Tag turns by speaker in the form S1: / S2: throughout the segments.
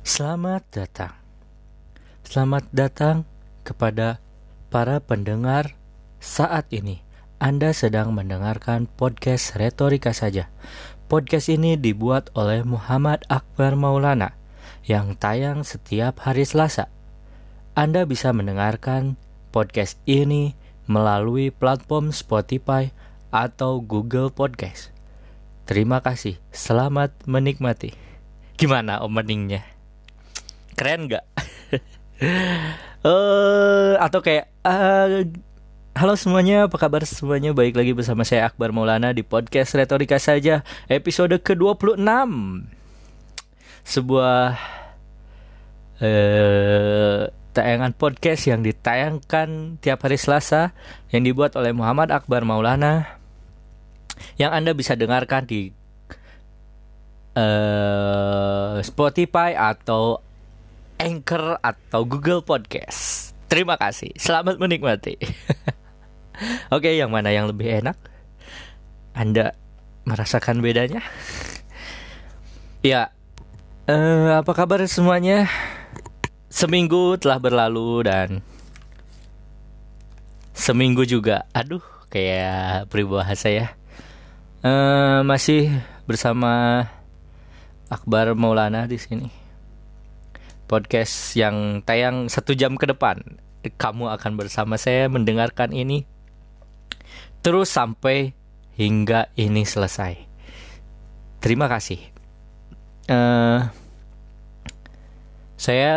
S1: Selamat datang. Selamat datang kepada para pendengar saat ini. Anda sedang mendengarkan podcast Retorika Saja. Podcast ini dibuat oleh Muhammad Akbar Maulana yang tayang setiap hari Selasa. Anda bisa mendengarkan podcast ini melalui platform Spotify atau Google Podcast. Terima kasih. Selamat menikmati. Gimana openingnya? Keren gak? Atau kayak halo semuanya, apa kabar semuanya? Baik lagi bersama saya Akbar Maulana di podcast Retorika Saja, episode ke-26. Sebuah tayangan podcast yang ditayangkan tiap hari Selasa, yang dibuat oleh Muhammad Akbar Maulana, yang Anda bisa dengarkan di Spotify atau Anchor atau Google Podcast. Terima kasih. Selamat menikmati. Oke, yang mana yang lebih enak? Anda merasakan bedanya? Ya, apa kabar semuanya? Seminggu telah berlalu dan seminggu juga. Aduh, kayak peribahasa ya. Masih bersama Akbar Maulana di sini. Podcast yang tayang 1 jam ke depan. Kamu akan bersama saya mendengarkan ini terus sampai hingga ini selesai. Terima kasih. Saya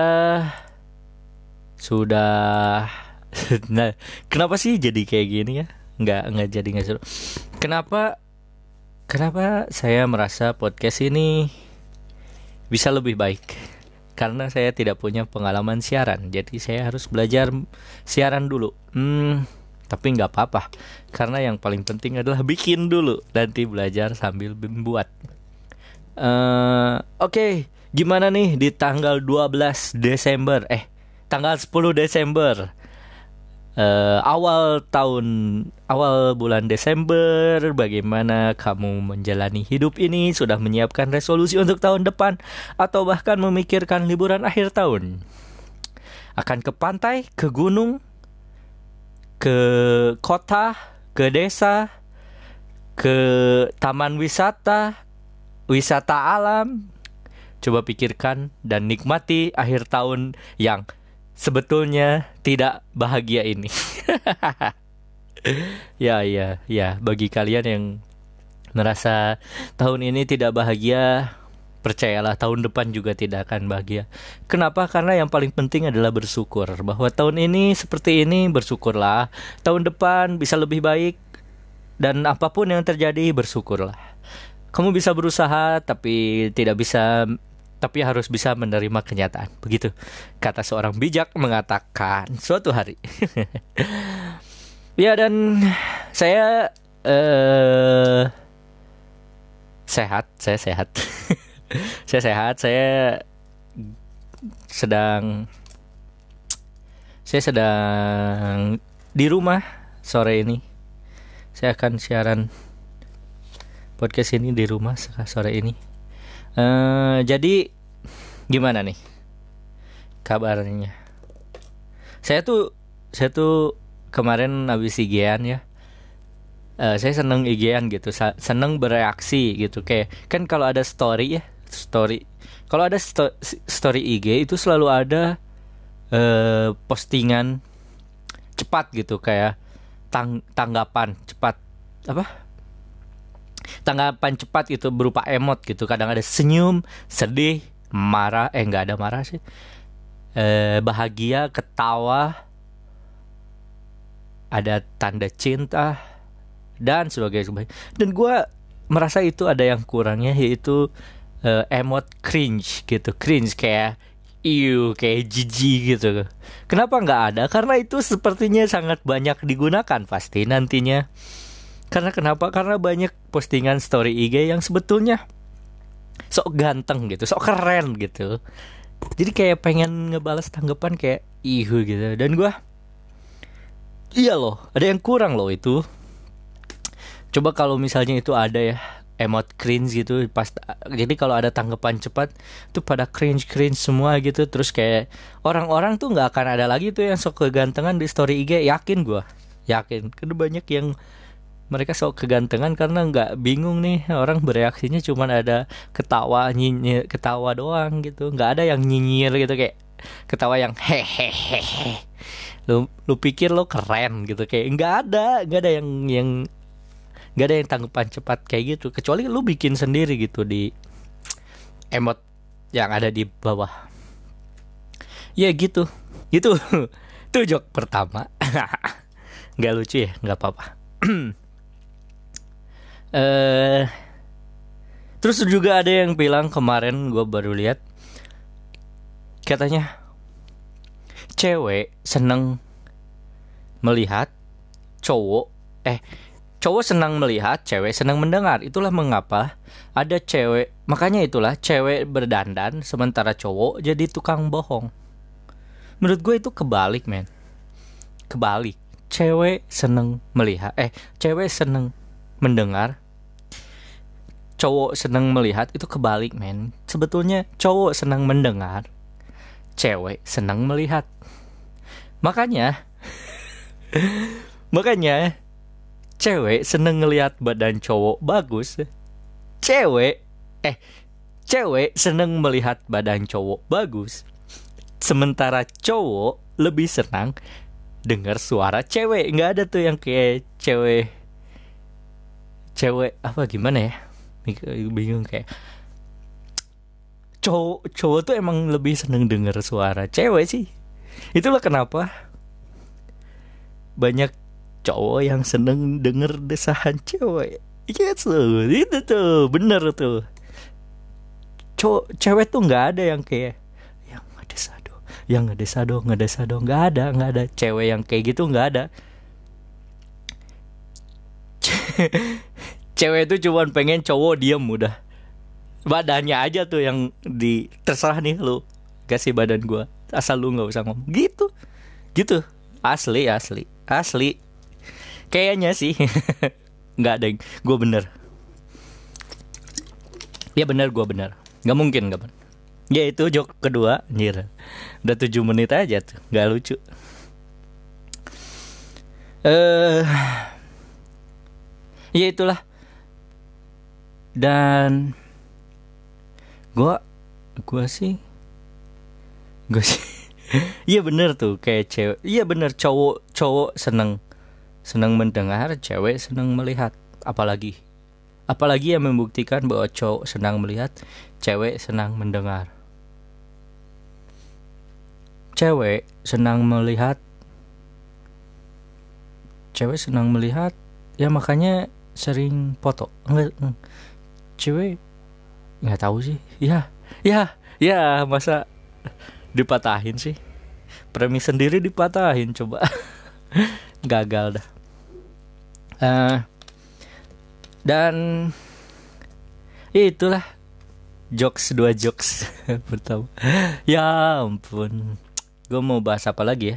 S1: sudah nah, kenapa sih jadi kayak gini ya? Nggak jadi nggak seru. Kenapa saya merasa podcast ini bisa lebih baik? Karena saya tidak punya pengalaman siaran, jadi saya harus belajar siaran dulu. Tapi nggak apa-apa, karena yang paling penting adalah bikin dulu, nanti belajar sambil membuat. Oke, gimana nih di tanggal 12 Desember? Tanggal 10 Desember. Awal bulan Desember, bagaimana kamu menjalani hidup ini? Sudah menyiapkan resolusi untuk tahun depan atau bahkan memikirkan liburan akhir tahun? Akan ke pantai, ke gunung, ke kota, ke desa, ke taman wisata alam? Coba pikirkan dan nikmati akhir tahun yang sebetulnya tidak bahagia ini. Ya, bagi kalian yang merasa tahun ini tidak bahagia, percayalah tahun depan juga tidak akan bahagia. Kenapa? Karena yang paling penting adalah bersyukur bahwa tahun ini seperti ini, bersyukurlah. Tahun depan bisa lebih baik, dan apapun yang terjadi bersyukurlah. Kamu bisa berusaha tapi harus bisa menerima kenyataan. Begitu kata seorang bijak mengatakan suatu hari. Ya, dan saya sehat. Saya sehat. Saya sedang di rumah sore ini. Saya akan siaran podcast ini di rumah sore ini. Jadi gimana nih kabarnya? Saya tuh kemarin habis IG-an ya. Saya seneng IG-an gitu, seneng bereaksi gitu. Kayak kan kalau ada story. Kalau ada story IG itu selalu ada postingan cepat gitu, kayak tanggapan cepat tanggapan cepat gitu berupa emot gitu. Kadang ada senyum, sedih, marah, nggak ada marah sih, bahagia, ketawa, ada tanda cinta dan sebagainya. Dan gue merasa itu ada yang kurangnya, yaitu emot cringe gitu. Cringe kayak kayak jijik gitu. Kenapa nggak ada? Karena itu sepertinya sangat banyak digunakan pasti nantinya. Karena kenapa? Karena banyak postingan story IG yang sebetulnya sok ganteng gitu, sok keren gitu. Jadi kayak pengen ngebales tanggapan kayak gitu. Dan gue, iya loh, ada yang kurang loh itu. Coba kalau misalnya itu ada ya, emot cringe gitu pas. Jadi kalau ada tanggapan cepat tuh pada cringe semua gitu. Terus kayak orang-orang tuh nggak akan ada lagi tuh yang sok kegantengan di story IG. Yakin gue, yakin karena banyak yang mereka sok kegantengan karena nggak bingung nih orang bereaksinya cuman ada ketawa nyinyir, ketawa doang gitu, nggak ada yang nyinyir gitu, kayak ketawa yang hehehe. Lu pikir lo keren gitu, kayak nggak ada yang nggak ada yang tanggapan cepat kayak gitu, kecuali lu bikin sendiri gitu di emot yang ada di bawah. Ya gitu, gitu. Itu joke pertama. Nggak lucu ya, nggak apa-apa. Terus juga ada yang bilang kemarin gue baru lihat, katanya cewek seneng melihat cowok senang melihat, cewek senang mendengar. Itulah mengapa ada cewek, makanya itulah cewek berdandan sementara cowok jadi tukang bohong. Menurut gue itu kebalik, men. Kebalik. Cewek senang melihat, cewek senang mendengar, cowok senang melihat, itu kebalik, men. Sebetulnya cowok senang mendengar, cewek senang melihat. Makanya cewek seneng ngelihat badan cowok bagus. Cewek seneng melihat badan cowok bagus. Sementara cowok lebih senang dengar suara cewek. Nggak ada tuh yang kayak cewek apa gimana ya? Bingung, kayak cowok tuh emang lebih seneng dengar suara cewek sih. Itulah kenapa banyak cowok yang seneng denger desahan cewek. Yes, itu tuh bener tuh. Cewek tuh nggak ada yang kayak yang ngedesado, nggak ada cewek yang kayak gitu, nggak ada. Cewek tuh cuman pengen cowok diem udah, badannya aja tuh yang terserah nih lu kasih badan gua, asal lu nggak usah ngomong gitu asli kayaknya sih. Nggak ada, gue bener nggak mungkin. Ya itu joke kedua, anjir. Udah 7 menit aja tuh, nggak lucu. Ya itulah. Dan gue sih iya bener tuh, kayak cewek. Iya bener, cowok seneng mendengar, cewek seneng melihat. Apalagi yang membuktikan bahwa cowok senang melihat, cewek senang mendengar. Cewek senang melihat, ya makanya sering foto. Cewek nggak tahu sih. Ya masa dipatahin sih, premis sendiri dipatahin, coba. Gagal dah. Dan itulah dua jokes pertama. Ya ampun, gue mau bahas apa lagi ya?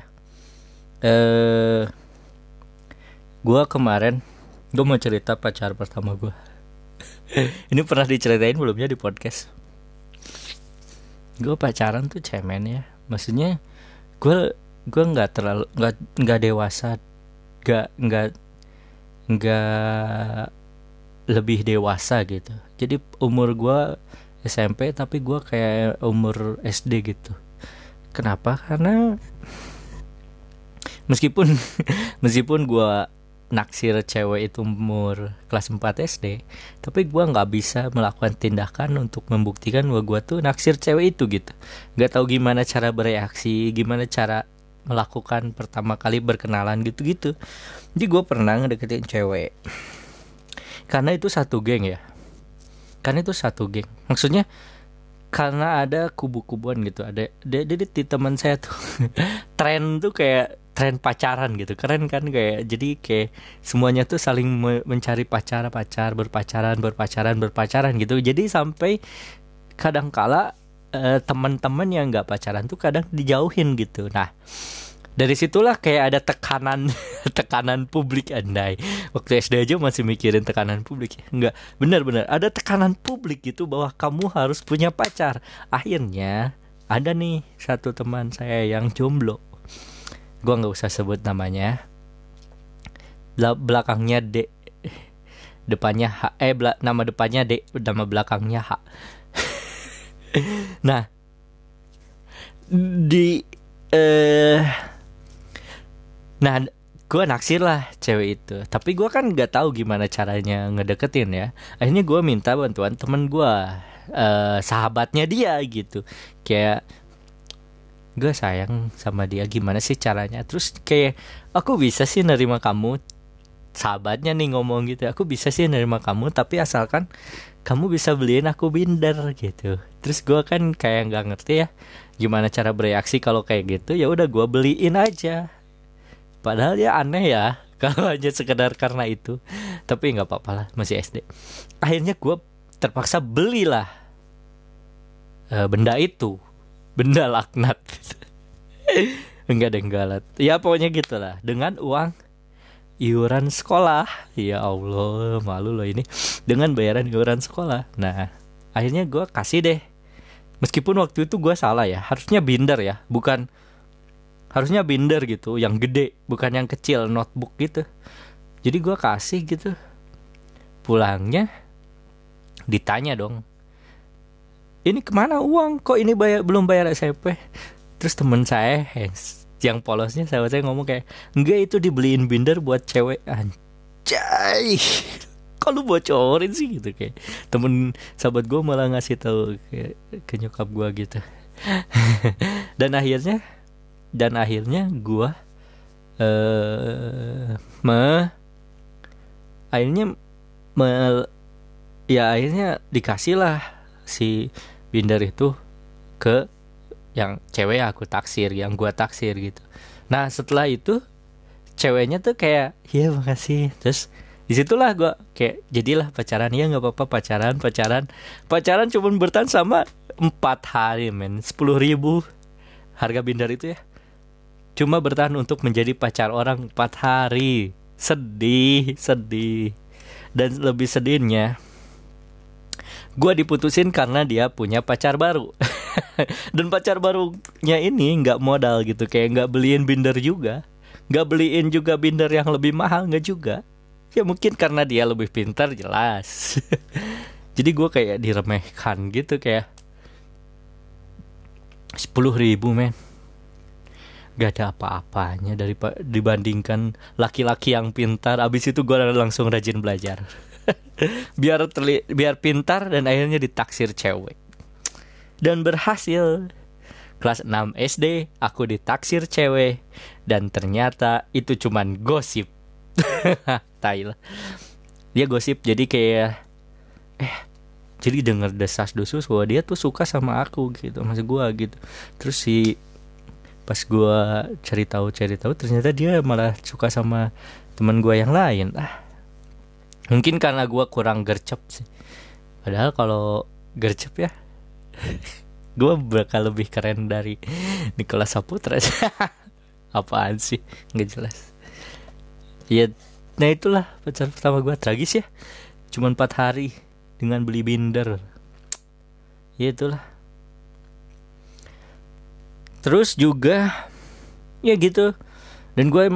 S1: Gue kemarin mau cerita pacar pertama gue. Ini pernah diceritain belumnya di podcast? Gue pacaran tuh cemen ya, maksudnya gue nggak dewasa, nggak lebih dewasa gitu. Jadi umur gue SMP tapi gue kayak umur SD gitu. Kenapa? Karena meskipun gue naksir cewek itu umur kelas 4 SD, tapi gue nggak bisa melakukan tindakan untuk membuktikan bahwa gue tuh naksir cewek itu gitu. Nggak tahu gimana cara bereaksi, gimana cara melakukan pertama kali berkenalan gitu. Jadi gue pernah ngedeketin cewek karena itu satu geng. Maksudnya karena ada kubu-kubuan gitu. Ada di teman saya tuh tren tuh kayak tren pacaran gitu, keren kan, kayak jadi kayak semuanya tuh saling mencari pacar, berpacaran gitu. Jadi sampai kadang kala teman-teman yang nggak pacaran tuh kadang dijauhin gitu. Nah Dari situlah kayak ada tekanan tekanan publik andai. Waktu SD aja masih mikirin tekanan publik. Enggak, benar-benar ada tekanan publik gitu bahwa kamu harus punya pacar. Akhirnya ada nih satu teman saya yang jomblo. Gua nggak usah sebut namanya. Belakangnya D, depannya H. Nama depannya D, nama belakangnya H. Nah, di nah, gue naksir lah cewek itu. Tapi gue kan nggak tahu gimana caranya ngedeketin ya. Akhirnya gue minta bantuan temen gue, sahabatnya dia gitu. Kayak gue sayang sama dia, gimana sih caranya? Terus kayak aku bisa sih nerima kamu. Sahabatnya nih ngomong gitu. Aku bisa sih nerima kamu, tapi asalkan kamu bisa beliin aku binder gitu. Terus gue kan kayak nggak ngerti ya gimana cara bereaksi kalau kayak gitu. Ya udah gue beliin aja. Padahal ya aneh ya kalau hanya sekedar karena itu. Tapi nggak apa-apa lah, masih SD. Akhirnya gue terpaksa belilah benda itu, benda laknat. Enggak deh, galat. Ya pokoknya gitulah, dengan uang iuran sekolah. Ya Allah, malu loh ini. Dengan bayaran iuran sekolah. Nah, akhirnya gue kasih deh. Meskipun waktu itu gue salah ya, harusnya binder ya, harusnya binder gitu, yang gede, bukan yang kecil, notebook gitu. Jadi gue kasih gitu. Pulangnya ditanya dong, ini kemana uang? Kok ini belum bayar SPP? Terus temen saya yang polosnya, sahabat saya ngomong kayak, enggak, itu dibeliin binder buat cewek. Anjay, kok lu bocorin sih gitu. Kayak temen sahabat gue malah ngasih tahu ke nyokap gue gitu. Dan akhirnya gue akhirnya dikasih lah si binder itu ke yang cewek aku taksir, yang gue taksir gitu. Nah setelah itu ceweknya tuh kayak, iya makasih. Terus disitulah gue kayak jadilah pacaran. Ya nggak apa-apa, pacaran cuman bertahan sama 4 hari men. 10.000 harga binder itu ya, cuma bertahan untuk menjadi pacar orang 4 hari. Sedih. Dan lebih sedihnya, gue diputusin karena dia punya pacar baru. Dan pacar barunya ini gak modal gitu. Kayak gak beliin binder juga, gak beliin juga binder yang lebih mahal, gak juga. Ya mungkin karena dia lebih pintar, jelas. Jadi gue kayak diremehkan gitu. Kayak 10.000 men, gak ada apa-apanya dibandingkan laki-laki yang pintar. Abis itu gue langsung rajin belajar. biar pintar, dan akhirnya ditaksir cewek. Dan berhasil. Kelas 6 SD aku ditaksir cewek. Dan ternyata itu cuman gosip. Tai lah. Dia gosip, jadi kayak jadi denger desas-desus bahwa dia tuh suka sama aku gitu, maksud gue gitu. Terus pas gue cari tahu ternyata dia malah suka sama teman gue yang lain. Mungkin karena gue kurang gercep sih. Padahal kalau gercep ya gue bakal lebih keren dari Nicholas Saputra. Apaan sih, nggak jelas ya. Nah itulah pacar pertama gue, tragis ya. Cuman 4 hari dengan beli binder. Ya itulah. Terus juga ya gitu. Dan gue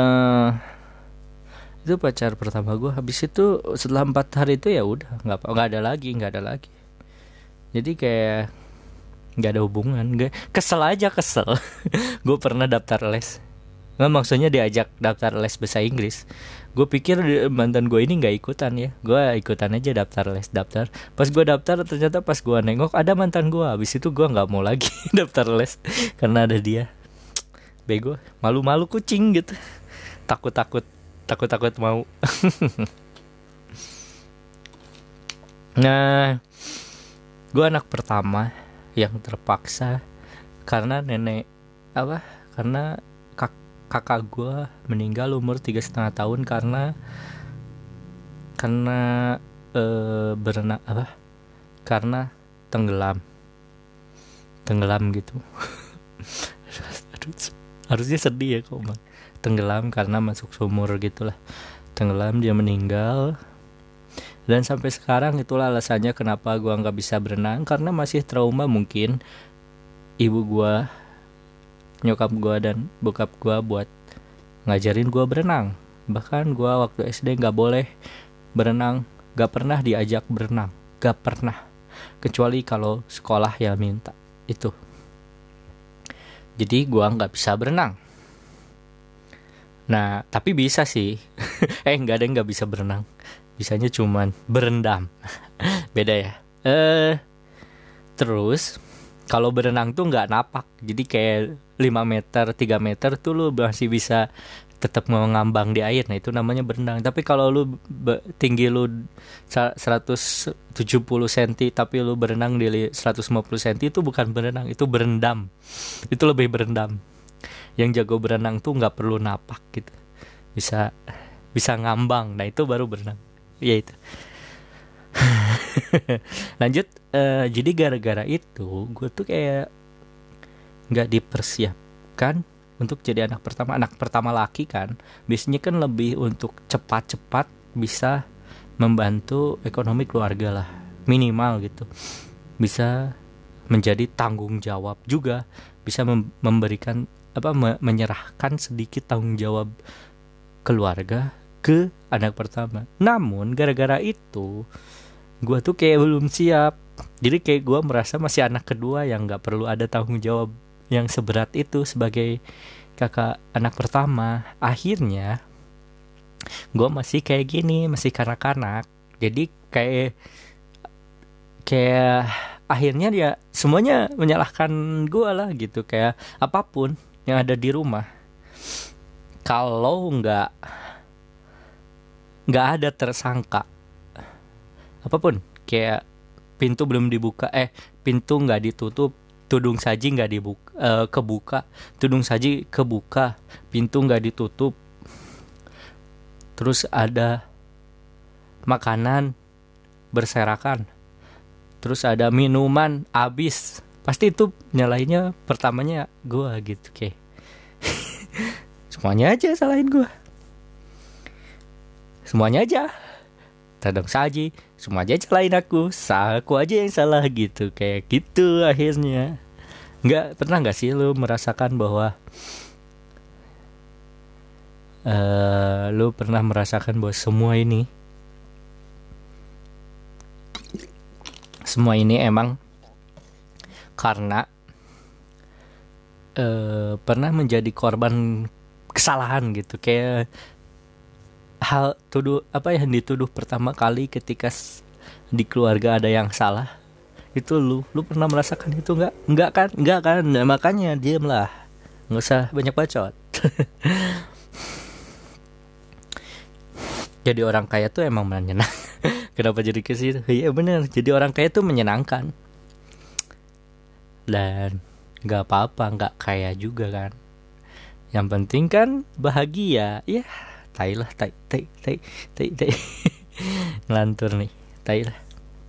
S1: itu pacar pertama gue. Habis itu setelah 4 hari itu ya udah nggak ada lagi. Jadi kayak nggak ada hubungan. Kesel. Gue pernah daftar les. Nggak, maksudnya diajak daftar les bahasa Inggris. Gue pikir mantan gue ini nggak ikutan ya. Gue ikutan aja daftar. Pas gue daftar, ternyata pas gue nengok ada mantan gue. Habis itu gue nggak mau lagi daftar les karena ada dia. Bego, malu kucing gitu. Takut mau. Nah, gue anak pertama yang terpaksa karena karena kakak gue meninggal umur 3,5 tahun karena berenang karena tenggelam gitu. Harusnya sedih ya kok, tenggelam karena masuk sumur gitulah. Tenggelam, dia meninggal. Dan sampai sekarang itulah alasannya kenapa gua nggak bisa berenang, karena masih trauma mungkin ibu gua, nyokap gua dan bokap gua buat ngajarin gua berenang. Bahkan gua waktu SD nggak boleh berenang, nggak pernah diajak berenang, nggak pernah, kecuali kalau sekolah yang minta itu. Jadi gua nggak bisa berenang. Nah tapi bisa sih. Nggak ada yang nggak bisa berenang. Bisanya cuman berendam. Beda ya. Terus kalau berenang tuh nggak napak. Jadi kayak 5 meter, 3 meter tuh lu masih bisa tetap mengambang di air. Nah itu namanya berenang. Tapi kalau lu tinggi lu 170 cm tapi lu berenang di 150 cm, itu bukan berenang, itu berendam. Itu lebih berendam. Yang jago berenang tuh nggak perlu napak gitu. Bisa ngambang. Nah itu baru berenang. Ya itu. Lanjut. Jadi gara-gara itu gue tuh kayak nggak dipersiapkan untuk jadi anak pertama. Anak pertama laki kan biasanya kan lebih untuk cepat-cepat bisa membantu ekonomi keluarga lah, minimal gitu. Bisa menjadi tanggung jawab juga, bisa memberikan menyerahkan sedikit tanggung jawab keluarga ke anak pertama. Namun gara-gara itu gue tuh kayak belum siap. Jadi kayak gue merasa masih anak kedua yang gak perlu ada tanggung jawab yang seberat itu sebagai kakak anak pertama. Akhirnya gue masih kayak gini, masih kanak-kanak. Jadi kayak akhirnya dia semuanya menyalahkan gue lah gitu. Kayak apapun yang ada di rumah, kalau nggak ada tersangka apapun, kayak pintu belum dibuka, pintu nggak ditutup, tudung saji nggak dibuka, kebuka, tudung saji kebuka, pintu nggak ditutup, terus ada makanan berserakan, terus ada minuman habis, pasti itu nyalahinnya pertamanya gue gitu. Kayak semuanya aja salahin gue, semuanya aja tadang saji, semuanya aja salahin aku aja yang salah gitu. Kayak gitu akhirnya. Pernah nggak sih lu merasakan bahwa lu pernah merasakan bahwa semua ini emang karena pernah menjadi korban kesalahan gitu. Kayak yang dituduh pertama kali ketika di keluarga ada yang salah, itu lu pernah merasakan itu nggak kan? Nah, makanya diam lah, nggak usah banyak bacot. Jadi orang kaya tuh emang menyenangkan. Kenapa jadi ke situ? Iya bener, jadi orang kaya tuh menyenangkan. Dan nggak apa-apa nggak kaya juga kan, yang penting kan bahagia. Ya tai ngelantur nih, tai lah.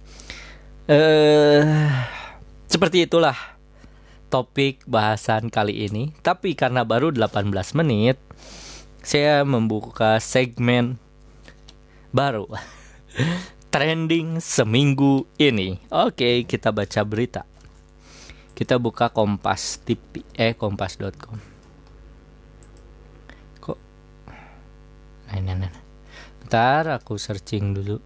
S1: Seperti itulah topik bahasan kali ini. Tapi karena baru 18 menit, saya membuka segmen baru. Trending seminggu ini. Oke, kita baca berita. Kita buka Kompas TV, kompas.com. Kok nah. Bentar, aku searching dulu.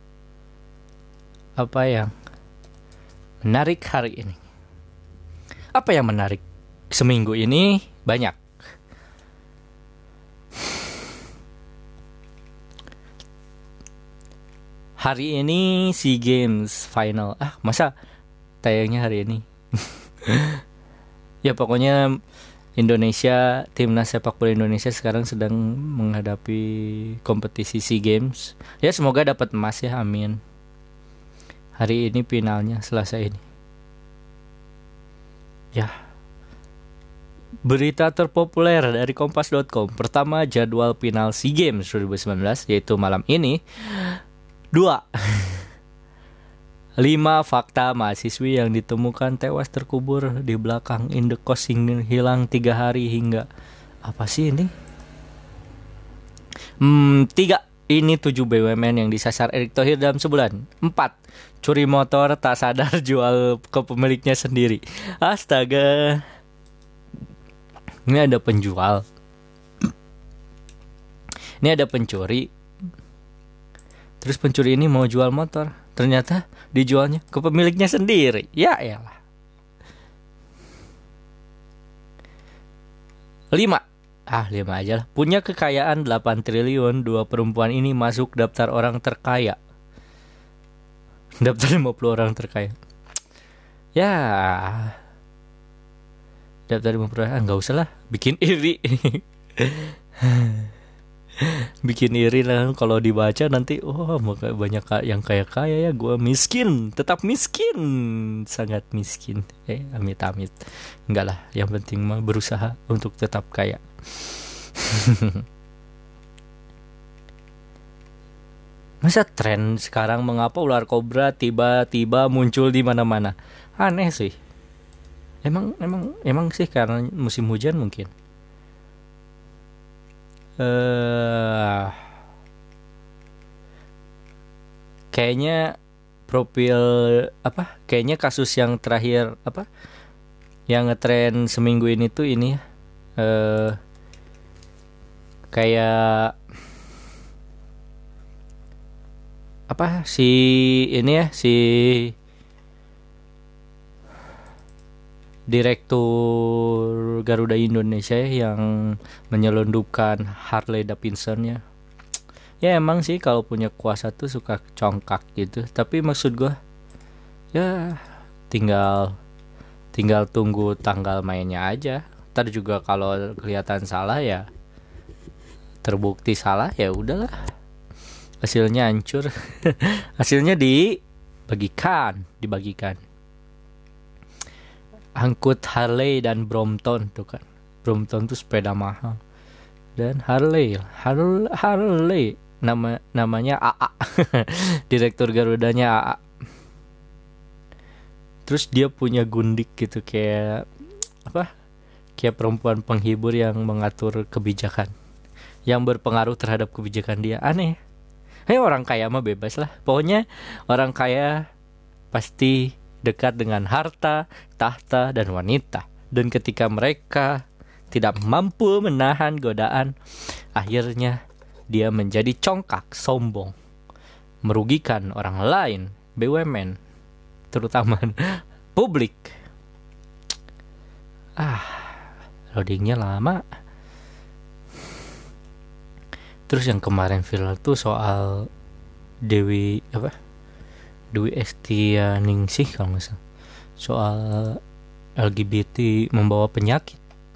S1: Apa yang menarik hari ini? Apa yang menarik seminggu ini? Banyak. Hari ini SEA Games final. Masa tayangnya hari ini? Ya pokoknya Indonesia, timnas sepak bola Indonesia sekarang sedang menghadapi kompetisi SEA Games. Ya semoga dapat emas ya, amin. Hari ini finalnya, Selasa ini. Ya. Berita terpopuler dari kompas.com. Pertama, jadwal final SEA Games 2019 yaitu malam ini. 2. 5 fakta mahasiswi yang ditemukan tewas terkubur di belakang indekos hilang 3 hari hingga. Apa sih ini? 3. Ini 7 BUMN yang disasar Erick Thohir dalam sebulan. 4. Curi motor tak sadar jual ke pemiliknya sendiri. Astaga. Ini ada penjual. Ini ada pencuri. Terus pencuri ini mau jual motor. Ternyata dijualnya ke pemiliknya sendiri. Ya elah. 5. 5 aja lah. Punya kekayaan 8 triliun, 2 perempuan ini masuk daftar orang terkaya. Daftar 50 orang terkaya. Ya. Daftar 50 orang, enggak usah lah. Bikin iri. Bikin iri lah kalau dibaca nanti. Oh, banyak yang kaya-kaya ya. Gua miskin, tetap miskin. Sangat miskin. Amit-amit. Enggak lah, yang penting mah berusaha untuk tetap kaya. Masa tren sekarang mengapa ular kobra tiba-tiba muncul di mana-mana? Aneh sih. Emang sih karena musim hujan mungkin. Kayaknya profil kayaknya kasus yang terakhir yang ngetren seminggu ini tuh ini kayak si Direktur Garuda Indonesia yang menyelundupkan Harley Davidson ya. Ya emang sih kalau punya kuasa tuh suka congkak gitu. Tapi maksud gue ya tinggal tunggu tanggal mainnya aja. Ntar juga kalau kelihatan salah ya, terbukti salah ya udahlah. Hasilnya hancur. Hasilnya dibagikan. Angkut Harley dan Brompton tuh kan. Brompton tuh sepeda mahal. Dan Harley namanya AA. Direktur Garudanya AA. Terus dia punya gundik gitu kayak perempuan penghibur yang mengatur kebijakan, yang berpengaruh terhadap kebijakan dia. Aneh. Orang kaya mah bebas lah. Pokoknya orang kaya pasti dekat dengan harta, tahta, dan wanita. Dan ketika mereka tidak mampu menahan godaan, akhirnya dia menjadi congkak, sombong, merugikan orang lain, BUMN, terutama publik. Loadingnya lama. Terus yang kemarin viral tuh soal Dewi Estianingsih kalau nggak salah, soal LGBT membawa penyakit.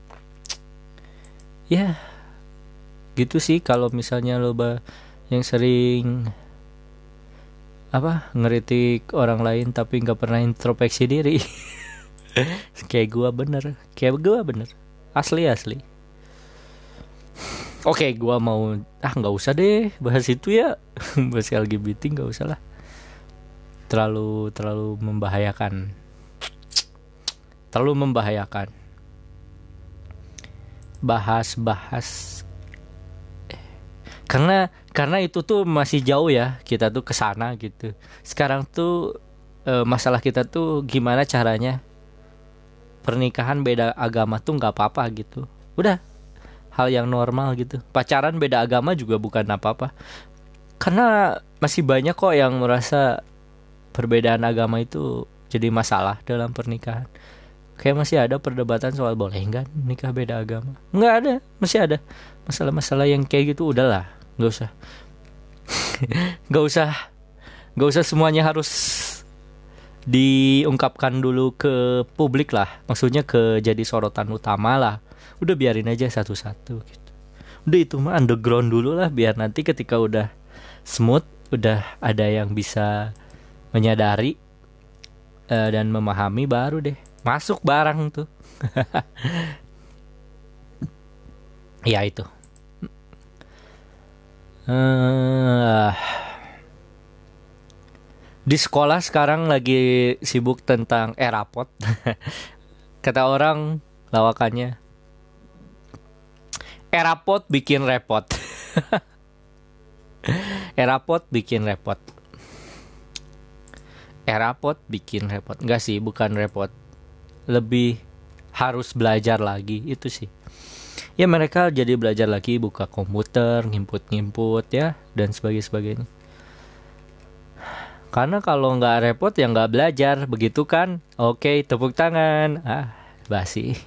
S1: Ya gitu sih kalau misalnya lo yang sering ngeritik orang lain tapi nggak pernah introspeksi diri. Kayak gua bener asli. Oke, gua mau nggak usah deh bahas itu ya. Bahas LGBT nggak usah lah, terlalu membahayakan. Bahas karena itu tuh masih jauh ya, kita tuh kesana gitu. Sekarang tuh masalah kita tuh gimana caranya pernikahan beda agama tuh nggak apa-apa gitu. Udah hal yang normal gitu. Pacaran beda agama juga bukan apa-apa. Karena masih banyak kok yang merasa perbedaan agama itu jadi masalah dalam pernikahan. Kayak masih ada perdebatan soal boleh enggak nikah beda agama. Enggak ada, masih ada masalah-masalah yang kayak gitu. Udahlah, enggak usah. Enggak usah semuanya harus diungkapkan dulu ke publik lah. Maksudnya jadi sorotan utama lah. Udah biarin aja satu-satu gitu. Udah itu mah underground dulu lah, biar nanti ketika udah smooth, udah ada yang bisa menyadari dan memahami, baru deh masuk barang tuh. Ya itu. Di sekolah sekarang lagi sibuk tentang rapot. Kata orang lawakannya, rapot bikin repot. Rapot bikin repot. Rapot bikin repot. Enggak sih, bukan repot. Lebih harus belajar lagi itu sih. Ya mereka jadi belajar lagi, buka komputer, nginput ya, dan sebagainya. Karena kalau nggak repot ya nggak belajar, begitu kan? Oke, tepuk tangan. Basi.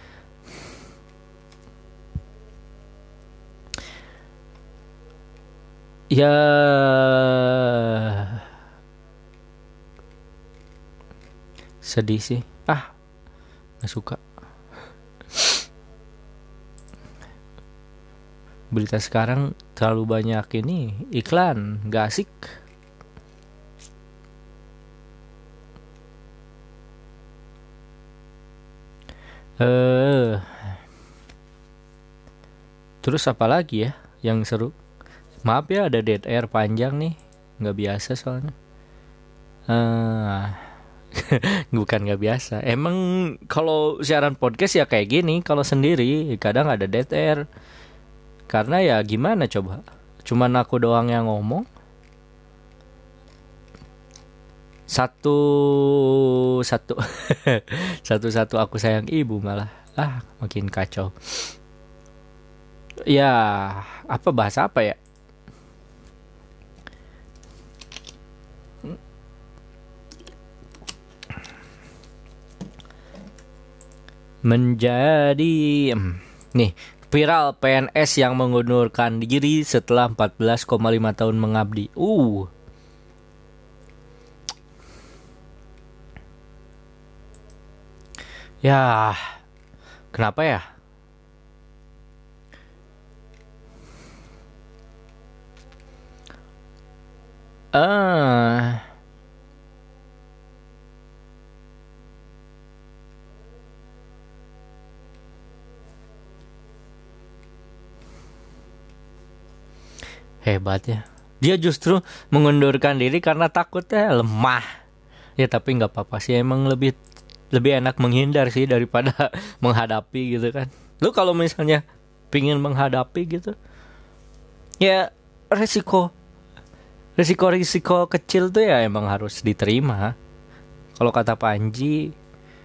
S1: Ya, sedih sih. Nggak suka. Berita sekarang terlalu banyak ini iklan, nggak asik. Terus apa lagi ya yang seru? Maaf ya, ada dead air panjang nih, nggak biasa soalnya. Bukan nggak biasa. Emang kalau siaran podcast ya kayak gini. Kalau sendiri kadang ada dead air. Karena ya gimana coba? Cuman aku doang yang ngomong. Satu satu aku sayang ibu malah. Makin kacau. Ya, bahasa apa ya? Menjadi nih, viral PNS yang mengundurkan diri setelah 14,5 tahun mengabdi. Ya, kenapa ya? Hebat ya. Dia justru mengundurkan diri karena takutnya lemah. Ya tapi nggak apa-apa sih, emang lebih enak menghindar sih daripada menghadapi gitu kan. Lu kalau misalnya pingin menghadapi gitu, ya resiko kecil tuh ya emang harus diterima. Kalau kata Panji,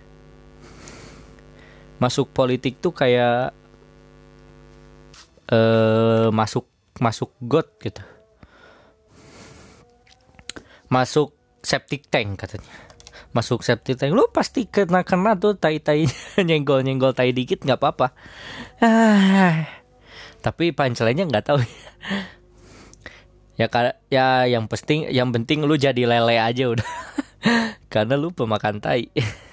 S1: masuk politik tuh kayak masuk got gitu. Masuk septic tank katanya. Masuk septic tank, lu pasti kena tuh tai nyenggol tai dikit nggak apa-apa. Tapi punchline-nya nggak tahu. Ya yang penting lu jadi lele aja udah. Karena lu pemakan tai.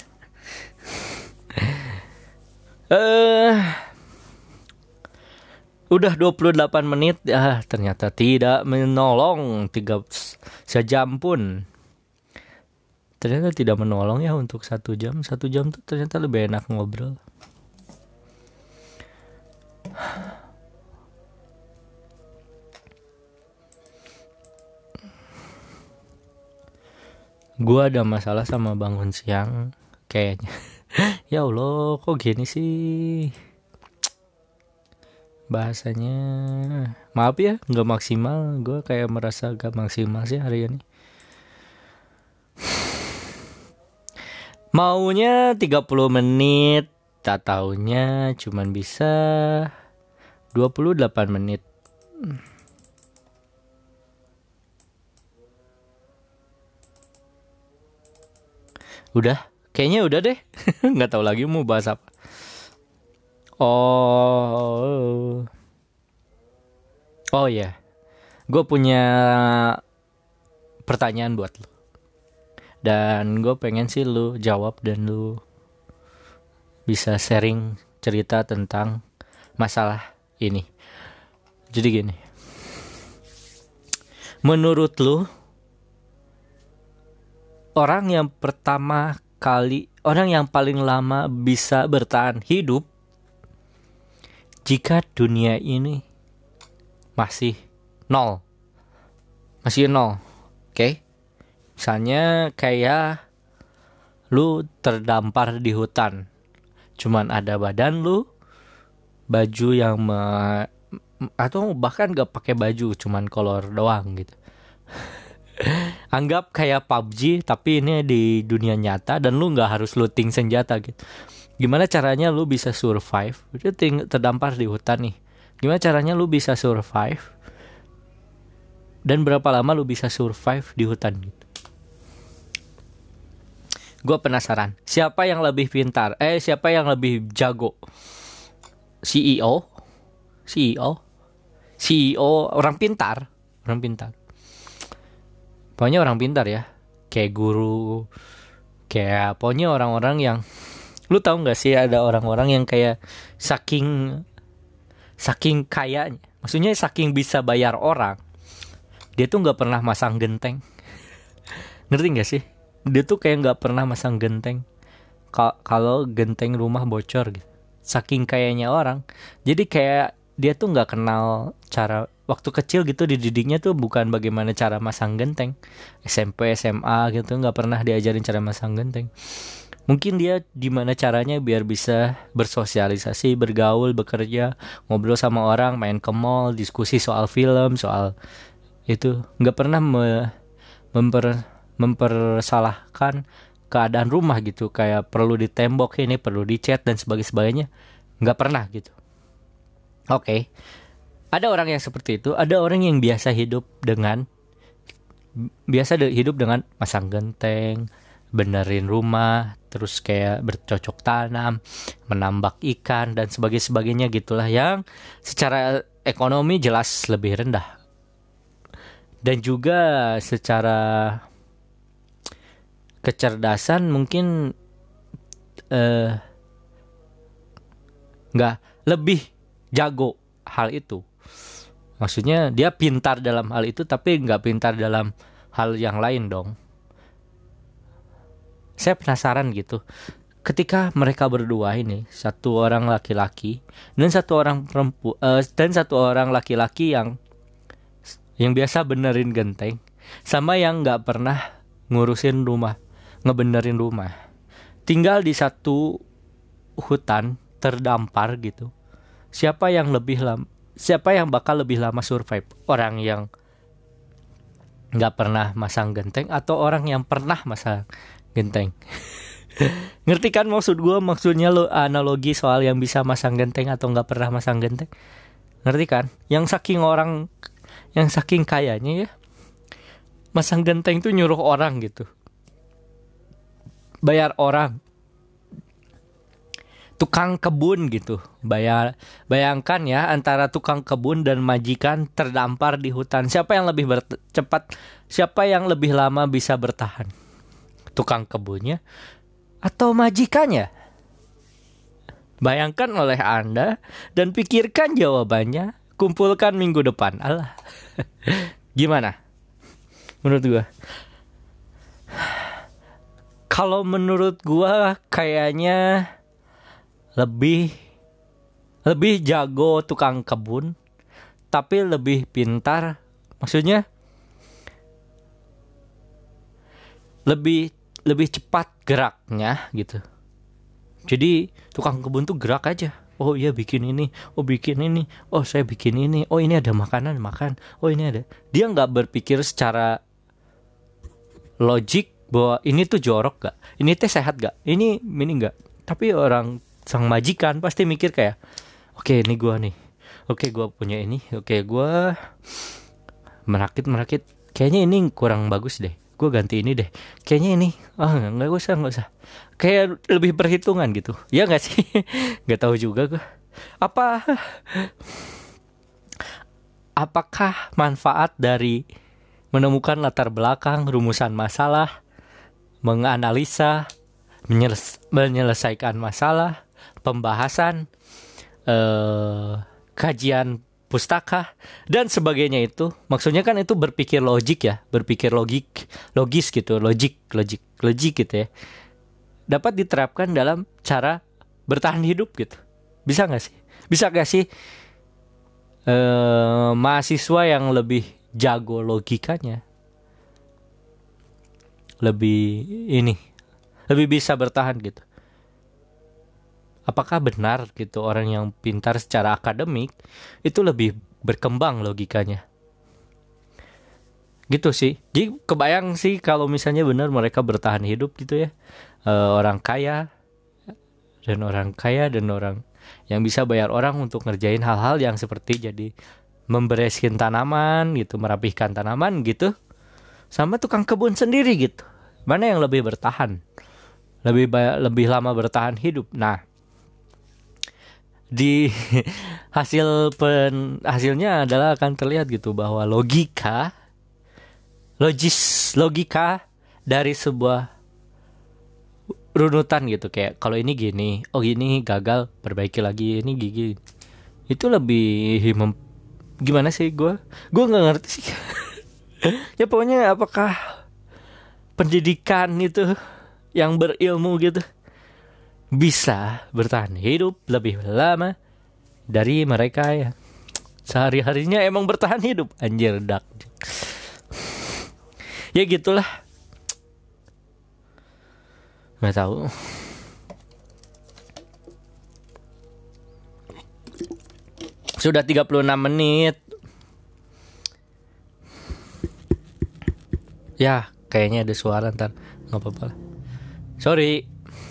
S1: Udah 28 menit. Ternyata tidak menolong 3 sejam pun. Ternyata tidak menolong ya untuk 1 jam. 1 jam tuh ternyata lebih enak ngobrol. Gua ada masalah sama bangun siang kayaknya. Ya Allah, kok gini sih bahasanya. Maaf ya, gak maksimal. Gue kayak merasa gak maksimal sih hari ini. Maunya 30 menit, tak taunya cuman bisa 28 menit. Udah, kayaknya udah deh. Nggak tahu lagi mau bahas apa. Oh ya, gue punya pertanyaan buat lo. Dan gue pengen sih lu jawab dan lu bisa sharing cerita tentang masalah ini. Jadi gini, menurut lu, orang yang paling lama bisa bertahan hidup jika dunia ini masih nol, oke? Misalnya kayak lu terdampar di hutan, cuman ada badan lu, baju yang atau bahkan gak pakai baju, cuman kolor doang gitu. Anggap kayak PUBG tapi ini di dunia nyata dan lu gak harus looting senjata gitu. Gimana caranya lu bisa survive? Lu terdampar di hutan nih. Gimana caranya lu bisa survive? Dan berapa lama lu bisa survive di hutan gitu? Gue penasaran, siapa yang lebih pintar? Siapa yang lebih jago? CEO? Orang pintar. Pokoknya orang pintar ya. Kayak guru. Kayak pokoknya orang-orang yang, lu tahu nggak sih ada orang-orang yang kayak saking kayanya, maksudnya saking bisa bayar orang, dia tuh nggak pernah masang genteng. Ngerti nggak sih? Dia tuh kayak nggak pernah masang genteng. Kalau genteng rumah bocor gitu. Saking kayanya orang. Jadi kayak dia tuh nggak kenal cara, waktu kecil gitu dididiknya tuh bukan bagaimana cara masang genteng. SMP, SMA gitu nggak pernah diajarin cara masang genteng. Mungkin dia gimana caranya biar bisa bersosialisasi, bergaul, bekerja, ngobrol sama orang, main ke mall, diskusi soal film, soal itu. Nggak pernah mempersalahkan keadaan rumah gitu, kayak perlu ditembok ini, perlu dicat dan sebagainya. Nggak pernah gitu. Oke. Ada orang yang seperti itu, ada orang yang biasa hidup dengan masang genteng, benerin rumah, terus kayak bercocok tanam, menambak ikan dan sebagainya gitulah, yang secara ekonomi jelas lebih rendah. Dan juga secara kecerdasan mungkin nggak lebih jago hal itu. Maksudnya dia pintar dalam hal itu tapi nggak pintar dalam hal yang lain dong. Saya penasaran gitu. Ketika mereka berdua ini, satu orang laki-laki dan satu orang perempuan, dan satu orang laki-laki yang biasa benerin genteng, sama yang nggak pernah ngurusin rumah, ngebenerin rumah, tinggal di satu hutan terdampar gitu. Siapa yang bakal lebih lama survive? Orang yang nggak pernah masang genteng atau orang yang pernah masang genteng? Ngerti kan maksud gue? Maksudnya lo analogi soal yang bisa masang genteng atau nggak pernah masang genteng. Ngerti kan? Yang saking kayanya ya, masang genteng tuh nyuruh orang gitu, bayar orang, tukang kebun gitu. Bayangkan ya, antara tukang kebun dan majikan terdampar di hutan. Siapa yang lebih cepat? Siapa yang lebih lama bisa bertahan? Tukang kebunnya atau majikannya? Bayangkan oleh Anda dan pikirkan jawabannya. Kumpulkan minggu depan. Alah. Gimana? Menurut gua. Kalau menurut gua kayaknya lebih jago tukang kebun, tapi lebih pintar. Maksudnya lebih cepat geraknya gitu. Jadi tukang kebun tuh gerak aja. Oh iya bikin ini, oh saya bikin ini, oh ini ada makanan makan, oh ini ada. Dia nggak berpikir secara logik bahwa ini tuh jorok gak, ini teh sehat gak, ini nggak. Tapi orang sang majikan pasti mikir kayak, oke ini gua nih, oke gua punya ini, oke gua merakit, kayaknya ini kurang bagus deh, gua ganti ini deh, kayaknya ini, nggak usah. Kayak lebih perhitungan gitu, ya nggak sih? Nggak tahu juga gue. Apakah manfaat dari menemukan latar belakang, rumusan masalah, menganalisa, menyelesaikan masalah, pembahasan, kajian pustaka dan sebagainya itu, maksudnya kan itu berpikir logik ya, logis gitu, logik gitu ya, dapat diterapkan dalam cara bertahan hidup gitu. Bisa gak sih mahasiswa yang lebih jago logikanya lebih ini, lebih bisa bertahan gitu. Apakah benar gitu orang yang pintar secara akademik itu lebih berkembang logikanya? Gitu sih. Jadi kebayang sih kalau misalnya benar mereka bertahan hidup gitu ya. Orang kaya dan orang yang bisa bayar orang untuk ngerjain hal-hal yang seperti jadi membereskin tanaman gitu, merapihkan tanaman gitu. Sama tukang kebun sendiri gitu. Mana yang lebih bertahan? Lebih lama bertahan hidup. Nah, di hasilnya adalah akan terlihat gitu bahwa logika dari sebuah runutan gitu, kayak kalau ini gini, oh gini gagal, perbaiki lagi, ini gigi, itu lebih gimana sih, gue nggak ngerti sih. Ya pokoknya apakah pendidikan itu yang berilmu gitu bisa bertahan hidup lebih lama dari mereka ya sehari-harinya emang bertahan hidup, anjir dak. Ya gitulah, nggak tahu. Sudah 36 menit. Ya kayaknya ada suara, ntar nggak apa-apa lah, sorry.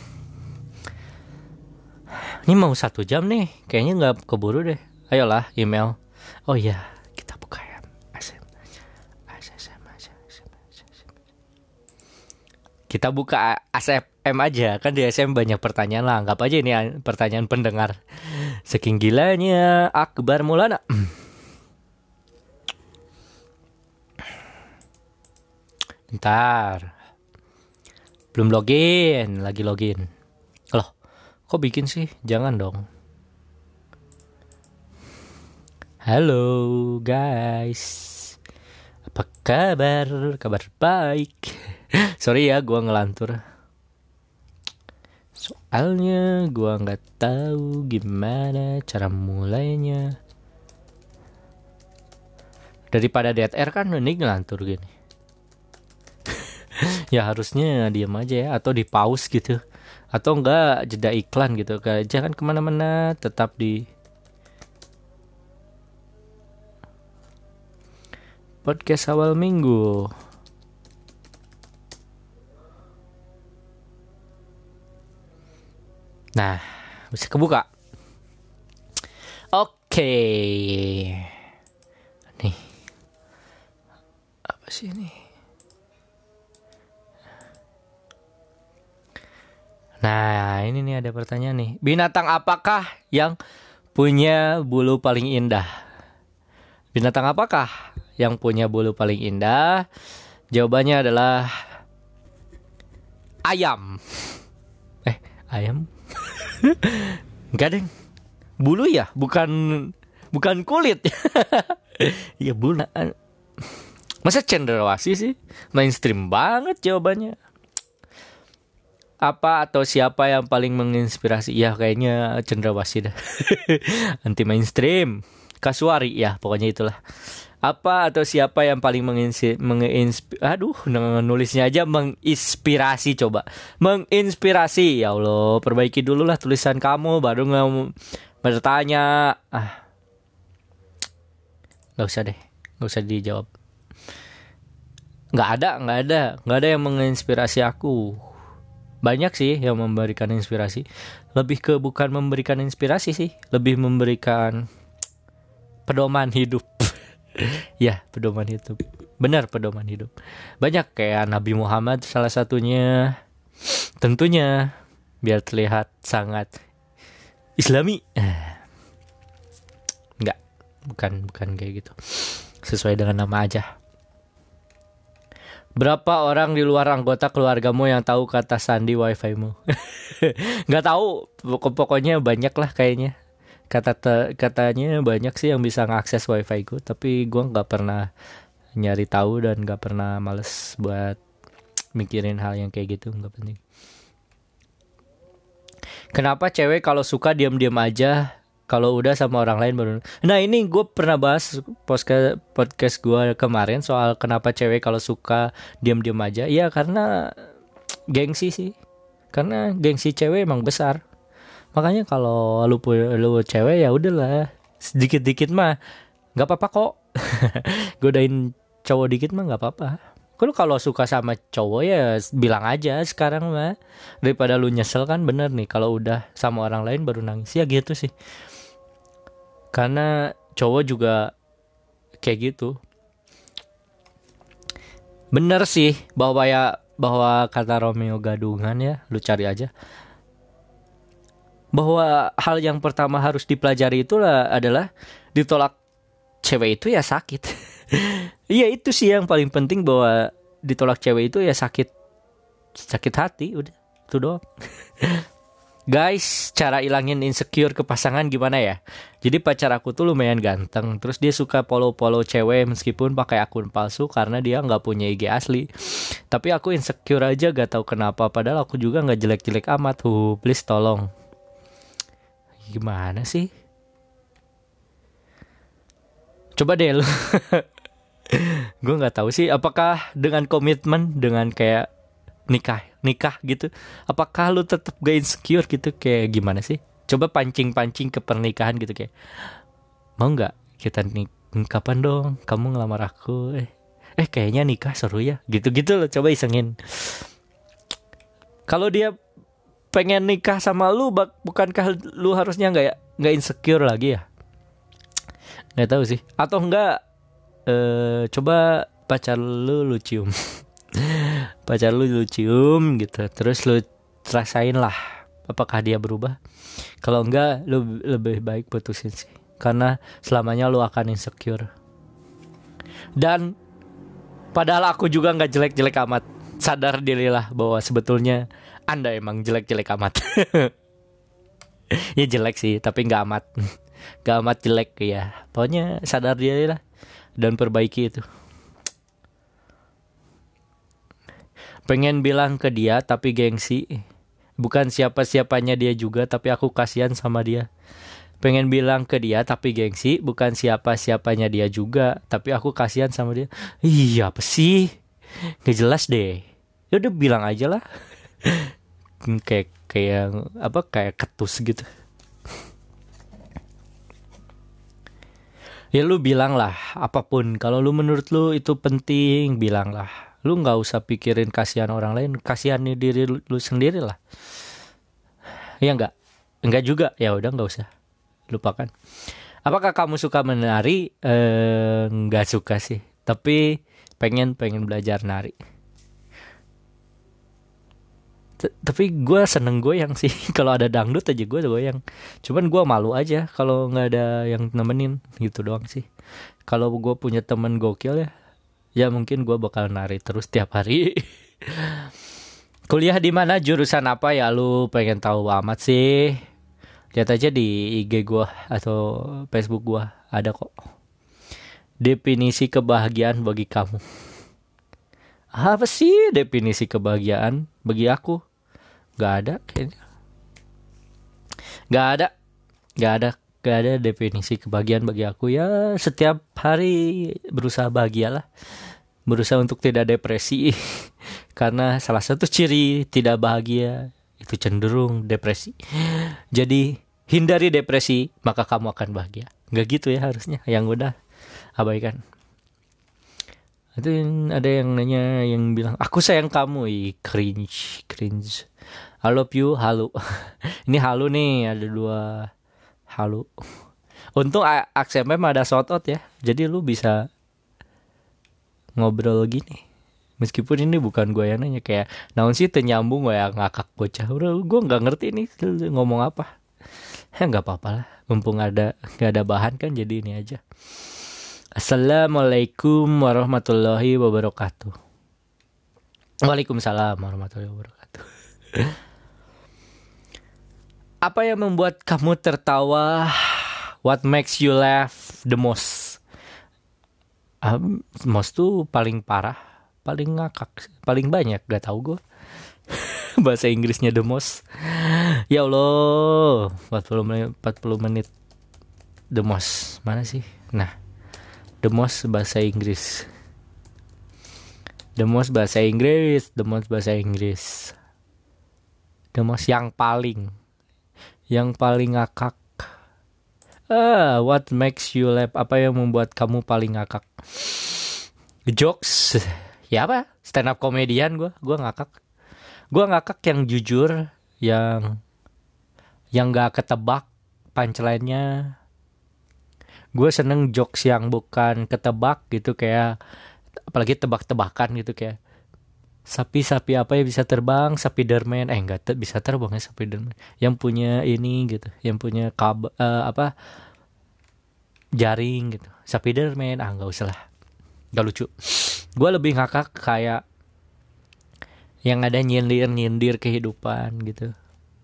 S1: Ini mau 1 jam nih, kayaknya nggak keburu deh. Ayolah email. Oh iya, kita buka ya. Kita buka ASM aja, kan di ASM banyak pertanyaan lah. Anggap aja ini pertanyaan pendengar. Saking gilanya Akbar Maulana. Ntar. Belum login, lagi login. Loh, kok bikin sih? Jangan dong. Halo guys, apa kabar? Kabar baik. Sorry ya, gue ngelantur. Soalnya gue nggak tahu gimana cara mulainya. Daripada dead air kan ini ngelantur gini. Ya harusnya diam aja ya, atau di pause gitu, atau enggak jeda iklan gitu. Jangan kemana-mana, tetap di podcast awal minggu. Nah, bisa kebuka. Oke. Nih. Apa sih ini? Nah, ini nih ada pertanyaan nih. Binatang apakah yang punya bulu paling indah? Binatang apakah yang punya bulu paling indah? Jawabannya adalah ayam. Ayam? Enggak deng. Bulu ya, bukan kulit. Iya bulu. Masa cendrawasih sih? Mainstream banget jawabannya. Apa atau siapa yang paling menginspirasi? Ya kayaknya cendrawasih dah. Anti mainstream. Kasuari ya, pokoknya itulah. Apa atau siapa yang paling nulisnya aja menginspirasi, coba. Menginspirasi, ya Allah, perbaiki dulu lah tulisan kamu baru bertanya. Nggak usah deh, nggak usah dijawab. Nggak ada yang menginspirasi aku. Banyak sih yang memberikan inspirasi. Lebih ke bukan memberikan inspirasi sih, lebih memberikan pedoman hidup. Ya, pedoman hidup. Benar, pedoman hidup. Banyak kayak Nabi Muhammad salah satunya. Tentunya biar terlihat sangat Islami. Enggak, bukan kayak gitu. Sesuai dengan nama aja. Berapa orang di luar anggota keluargamu yang tahu kata sandi wifi-mu? Nggak tahu, pokoknya banyak lah kayaknya. Katanya banyak sih yang bisa ngakses wifi gue, tapi gue nggak pernah nyari tahu dan nggak pernah males buat mikirin hal yang kayak gitu, nggak penting. Kenapa cewek kalau suka diam-diam aja, Kalau udah sama orang lain baru. Nah ini gue pernah bahas podcast gue kemarin soal kenapa cewek kalau suka diam-diam aja. Iya karena gengsi sih. Karena gengsi cewek emang besar. Makanya kalau lu cewek ya udahlah, sedikit-dikit mah nggak apa-apa kok. Godain cowok dikit mah nggak apa-apa. Kalau suka sama cowok ya bilang aja sekarang mah, daripada lu nyesel kan. Bener nih kalau udah sama orang lain baru nangis ya gitu sih. Karena cowok juga kayak gitu. Bener sih bahwa kata Romeo Gadungan ya, lu cari aja. Bahwa hal yang pertama harus dipelajari itulah adalah ditolak cewek itu ya sakit. Iya itu sih yang paling penting, bahwa ditolak cewek itu ya sakit hati, udah itu doang. Guys, cara ilangin insecure ke pasangan gimana ya? Jadi pacar aku tuh lumayan ganteng, terus dia suka follow cewek meskipun pakai akun palsu karena dia nggak punya IG asli. Tapi aku insecure aja gak tahu kenapa, padahal aku juga nggak jelek-jelek amat. Please tolong. Gimana sih? Coba deh lu. Gue nggak tahu sih, apakah dengan komitmen, dengan kayak nikah gitu, apakah lu tetap gak insecure gitu, kayak gimana sih? Coba pancing ke pernikahan gitu, kayak mau nggak kita kapan dong kamu ngelamar aku, kayaknya nikah seru ya, gitu loh. Coba isengin. Kalau dia pengen nikah sama lu, bukankah lu harusnya nggak insecure lagi ya? Nggak tahu sih. Atau enggak, coba pacar lu cium. Pacar lu cium gitu, terus lu rasain lah apakah dia berubah. Kalau enggak, lu lebih baik putusin sih, karena selamanya lu akan insecure. Dan padahal aku juga nggak jelek-jelek amat. Sadar dirilah bahwa sebetulnya Anda emang jelek-jelek amat. Ya jelek sih, tapi nggak amat jelek ya. Pokoknya sadar dirilah dan perbaiki itu. Pengen bilang ke dia tapi gengsi. Bukan siapa-siapanya dia juga, tapi aku kasihan sama dia. Pengen bilang ke dia tapi gengsi. Bukan siapa-siapanya dia juga, tapi aku kasihan sama dia. Iya apa sih? Gak jelas deh. Ya udah bilang aja lah. kayak ketus gitu. Ya lu bilang lah apapun. Kalau lu menurut lu itu penting, bilang lah. Lu nggak usah pikirin kasihan orang lain, kasihani diri lu sendiri lah. Ya nggak juga, ya udah nggak usah, lupakan. Apakah kamu suka menari? Nggak suka sih, tapi pengen belajar nari. Tapi gue seneng goyang sih. Kalau ada dangdut aja gue goyang. Cuman gue malu aja kalau nggak ada yang nemenin, gitu doang sih. Kalau gue punya temen gokil ya mungkin gue bakal nari terus tiap hari. Kuliah di mana, jurusan apa ya, lu pengen tahu amat sih? Lihat aja di IG gue atau Facebook gue, ada kok. Definisi kebahagiaan bagi kamu. Apa sih definisi kebahagiaan bagi aku? Gak ada kayaknya. Gak ada definisi kebahagiaan bagi aku. Ya setiap hari berusaha bahagialah. Berusaha untuk tidak depresi. Karena salah satu ciri tidak bahagia itu cenderung depresi. Jadi hindari depresi, maka kamu akan bahagia. Gak gitu ya harusnya. Yang udah abaikan. Itu ada yang nanya, yang bilang aku sayang kamu. Cringe. I love you, halu. Ini halu nih, ada 2 halu. Untung AXMM ada shoutout ya. Jadi lu bisa ngobrol gini. Meskipun ini bukan gue yang nanya, kayak naon sih ternyambung gue yang ngakak bocah. Gue nggak ngerti nih ngomong apa. Ya nggak apa-apa lah. Mumpung nggak ada bahan kan, jadi ini aja. Assalamualaikum warahmatullahi wabarakatuh. Waalaikumsalam warahmatullahi wabarakatuh. Apa yang membuat kamu tertawa? What makes you laugh the most? Most tuh paling parah, paling ngakak, paling banyak, gak tahu gue. Bahasa Inggrisnya the most. Ya Allah, 40 menit the most mana sih? Nah, the most bahasa Inggris. The most bahasa Inggris. The most yang paling ngakak. What makes you laugh? Apa yang membuat kamu paling ngakak? Jokes. Ya apa? Stand up comedian gue ngakak. Gue ngakak yang jujur, yang gak ketebak punchline-nya. Gue seneng jokes yang bukan ketebak gitu, kayak apalagi tebak-tebakan gitu, kayak sapi apa yang bisa terbang, Spiderman. Enggak bisa terbang ya Spiderman. Yang punya ini gitu, yang punya jaring gitu. Spiderman, enggak usah lah. Enggak lucu. Gue lebih ngakak kayak yang ada nyindir kehidupan gitu.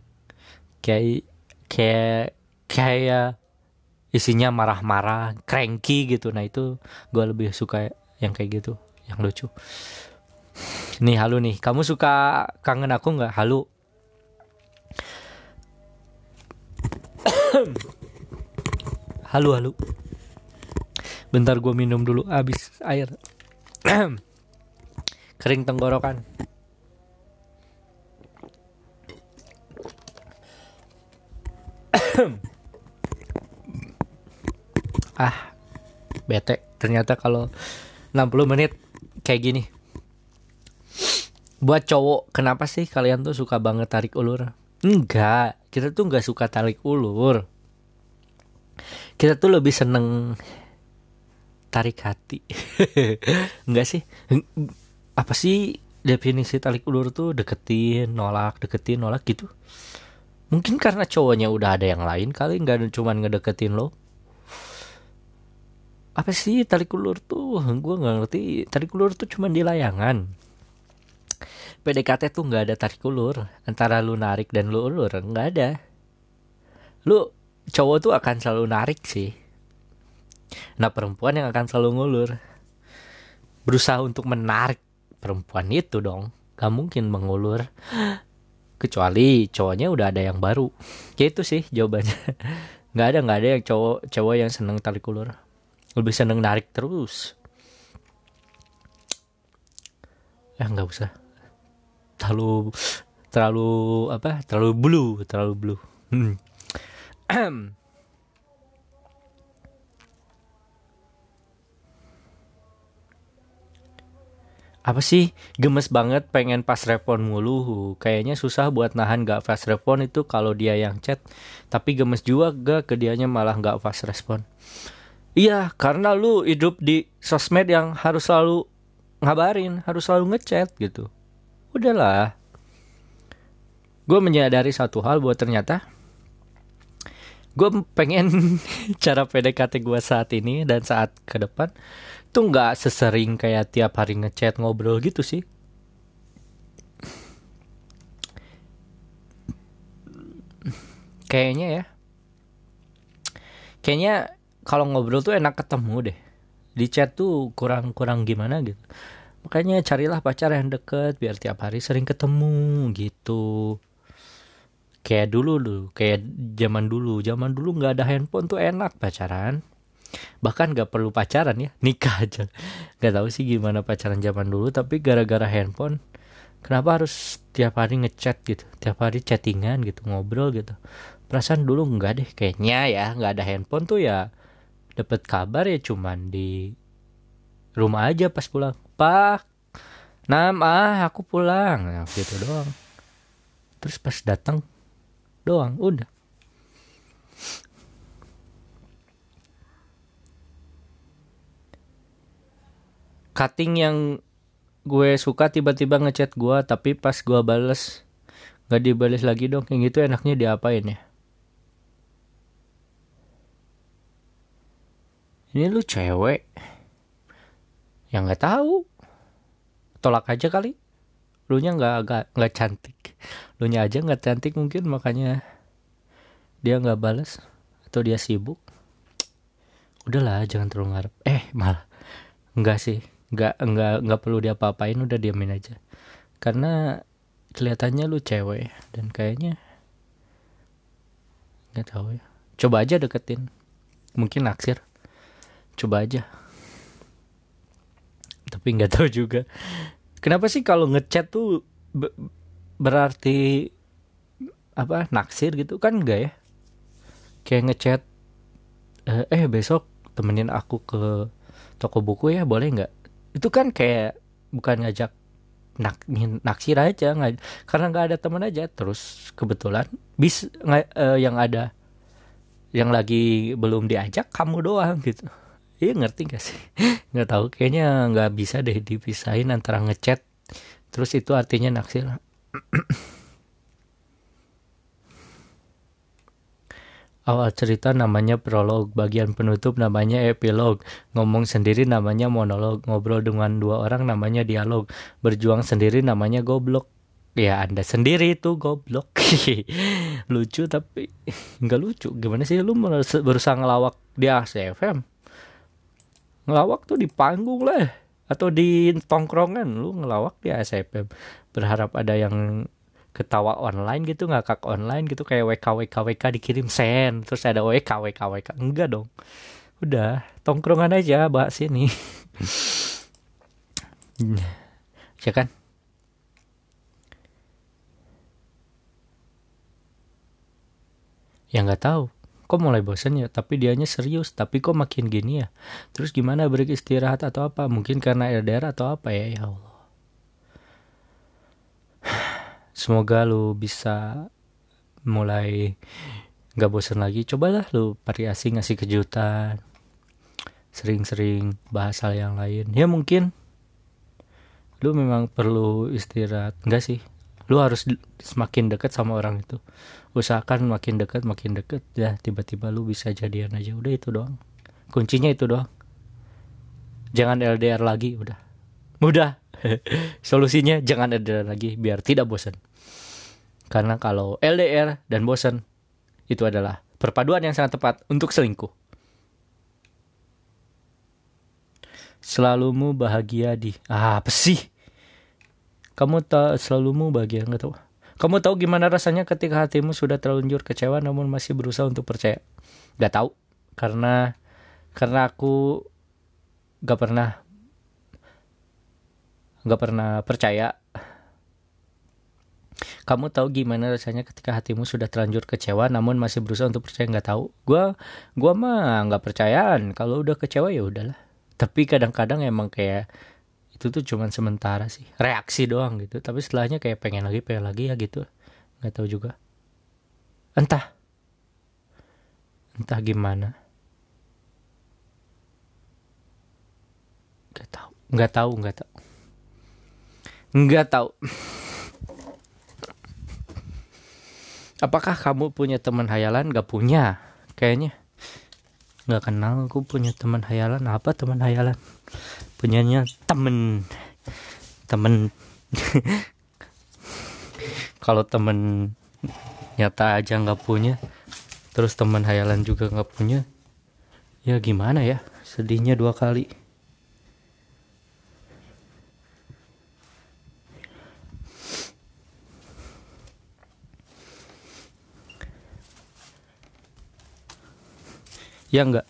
S1: Kayak isinya marah-marah, cranky gitu. Nah itu gue lebih suka yang kayak gitu, yang lucu. Nih Halu nih, kamu suka Kangen Aku nggak, Halu? Halu. Bentar gue minum dulu, habis air. Kering tenggorokan. Bete ternyata kalau 60 menit kayak gini. Buat cowok, kenapa sih kalian tuh suka banget tarik ulur? Enggak, kita tuh enggak suka tarik ulur. Kita tuh lebih seneng tarik hati. Enggak sih? Apa sih definisi tarik ulur tuh? Deketin, nolak gitu. Mungkin karena cowoknya udah ada yang lain kali, enggak cuma ngedeketin lo. Apa sih tarik ulur tuh? Gue nggak ngerti. Tarik ulur tuh cuma di layangan. PDKT tuh nggak ada tarik ulur antara lu narik dan lu ulur, nggak ada. Lu cowok tuh akan selalu narik sih. Nah perempuan yang akan selalu ngulur. Berusaha untuk menarik perempuan itu dong. Gak mungkin mengulur. Kecuali cowoknya udah ada yang baru. Kayak itu sih jawabannya. Nggak ada yang cowok yang seneng tarik ulur. Lebih seneng narik terus. Nggak usah. Terlalu blue. Apa sih gemes banget pengen pas respon mulu. Kayaknya susah buat nahan gak fast respon itu kalau dia yang chat. Tapi gemes juga gak ke dianya malah gak fast respon. Iya, karena lu hidup di sosmed yang harus selalu ngabarin, harus selalu ngechat gitu. Udahlah. Gue menyadari satu hal, bahwa ternyata gue pengen cara PDKT gue saat ini dan saat ke depan tuh gak sesering kayak tiap hari ngechat ngobrol gitu sih. Kayaknya kalau ngobrol tuh enak ketemu deh. Di chat tuh kurang gimana gitu. Makanya carilah pacar yang deket biar tiap hari sering ketemu gitu. Kayak kayak zaman dulu nggak ada handphone tuh enak pacaran. Bahkan nggak perlu pacaran ya, nikah aja. Nggak tahu sih gimana pacaran zaman dulu, tapi gara-gara handphone, kenapa harus tiap hari ngechat gitu, tiap hari chattingan gitu, ngobrol gitu. Perasaan dulu nggak deh, kayaknya ya nggak ada handphone tuh ya. Dapat kabar ya cuman di rumah aja pas pulang. Pak, aku pulang. Nah, gitu doang. Terus pas datang doang, udah. Cutting yang gue suka tiba-tiba ngechat gue, tapi pas gue bales gak dibales lagi dong. Yang gitu enaknya diapain ya? Ini lu cewek yang nggak tahu, tolak aja kali. Lu nya nggak cantik, lu nya aja nggak cantik mungkin, makanya dia nggak balas atau dia sibuk. Udahlah, jangan terlalu ngarep. Malah nggak sih, nggak perlu diapa-apain, udah diamin aja. Karena kelihatannya lu cewek dan kayaknya nggak tahu ya. Coba aja deketin. Mungkin naksir. Coba aja. Tapi nggak tahu juga. Kenapa sih kalau ngechat tuh berarti apa naksir gitu kan enggak ya? Kayak ngechat besok temenin aku ke toko buku ya, boleh nggak? Itu kan kayak bukan ngajak naksir aja, karena nggak ada teman aja. Terus kebetulan yang ada yang lagi belum diajak kamu doang gitu. Iya, ngerti gak sih? Nggak tahu, kayaknya nggak bisa deh dipisahin antara ngechat terus itu artinya naksir. Awal cerita namanya prolog, bagian penutup namanya epilog, ngomong sendiri namanya monolog, ngobrol dengan dua orang namanya dialog, berjuang sendiri namanya goblok. Ya Anda sendiri itu goblok. Lucu tapi nggak lucu. Gimana sih lu berusaha ngelawak di ACFM? Ngelawak tuh di panggung lah, atau di tongkrongan. Lu ngelawak di ACFM berharap ada yang ketawa online gitu, ngakak online gitu, kayak WK dikirim sen, terus ada WK. Enggak dong. Udah, tongkrongan aja bahas ini. Ya kan? Ya nggak tahu. Kok mulai bosan ya? Tapi dianya serius. Tapi kok makin gini ya? Terus gimana, break istirahat atau apa? Mungkin karena LDR atau apa ya? Ya Allah. Semoga lu bisa mulai gak bosan lagi. Cobalah lu variasi, ngasih kejutan, sering-sering bahas hal yang lain. Ya mungkin lu memang perlu istirahat. Enggak sih, lu harus semakin dekat sama orang itu. Usahakan makin dekat ya, tiba-tiba lu bisa jadian aja. Udah itu doang, kuncinya itu doang. Jangan LDR lagi. Udah solusinya jangan LDR lagi biar tidak bosan. Karena kalau LDR dan bosan, itu adalah perpaduan yang sangat tepat untuk selingkuh. Selalumu bahagia di... apa sih? Kamu tahu selalumu bahagia, nggak tahu. Kamu tahu gimana rasanya ketika hatimu sudah terlanjur kecewa namun masih berusaha untuk percaya? Nggak tahu. Karena aku nggak pernah percaya. Kamu tahu gimana rasanya ketika hatimu sudah terlanjur kecewa namun masih berusaha untuk percaya? Nggak tahu. Gua mah nggak percayaan. Kalau udah kecewa ya udahlah. Tapi kadang-kadang emang kayak itu tuh cuman sementara sih, reaksi doang gitu. Tapi setelahnya kayak pengen lagi ya gitu. Nggak tahu juga. Entah gimana. Nggak tahu. Apakah kamu punya teman hayalan? Gak punya, kayaknya. Gak kenal aku punya teman hayalan. Apa teman hayalan? Punyanya temen. Kalau temen nyata aja gak punya, terus teman hayalan juga gak punya, ya gimana ya? Sedihnya 2 kali. Ya enggak.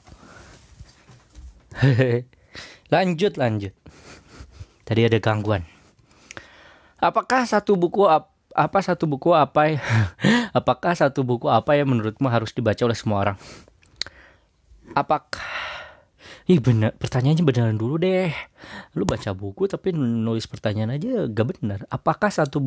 S1: Lanjut. Tadi ada gangguan. Apakah satu buku apa yang menurutmu harus dibaca oleh semua orang? Apakah bener, pertanyaannya beneran dulu deh. Lu baca buku tapi nulis pertanyaan aja gak bener. Apakah satu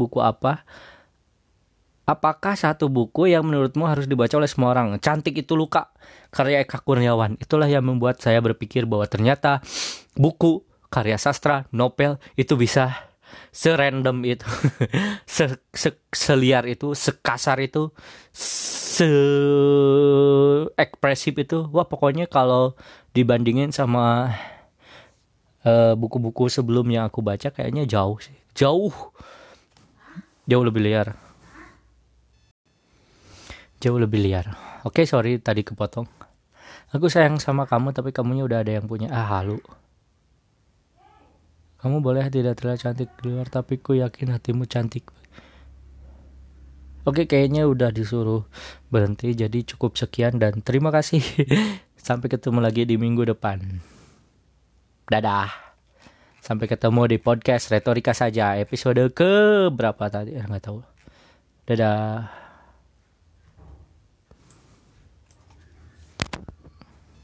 S1: buku yang menurutmu harus dibaca oleh semua orang? Cantik Itu Luka, karya Eka Kurniawan. Itulah yang membuat saya berpikir bahwa ternyata buku, karya sastra, novel itu bisa serandom itu, seliar itu, sekasar itu, se-ekspresif itu. Wah, pokoknya kalau dibandingin sama buku-buku sebelum yang aku baca, kayaknya jauh lebih liar. Oke, sorry tadi kepotong. Aku sayang sama kamu tapi kamunya udah ada yang punya. Halu. Kamu boleh tidak terlihat cantik di luar, tapi ku yakin hatimu cantik. Oke, kayaknya udah disuruh berhenti, jadi cukup sekian dan terima kasih Sampai ketemu lagi di minggu depan. Dadah. Sampai ketemu di podcast Retorika Saja episode ke berapa tadi? Nggak tahu. Dadah.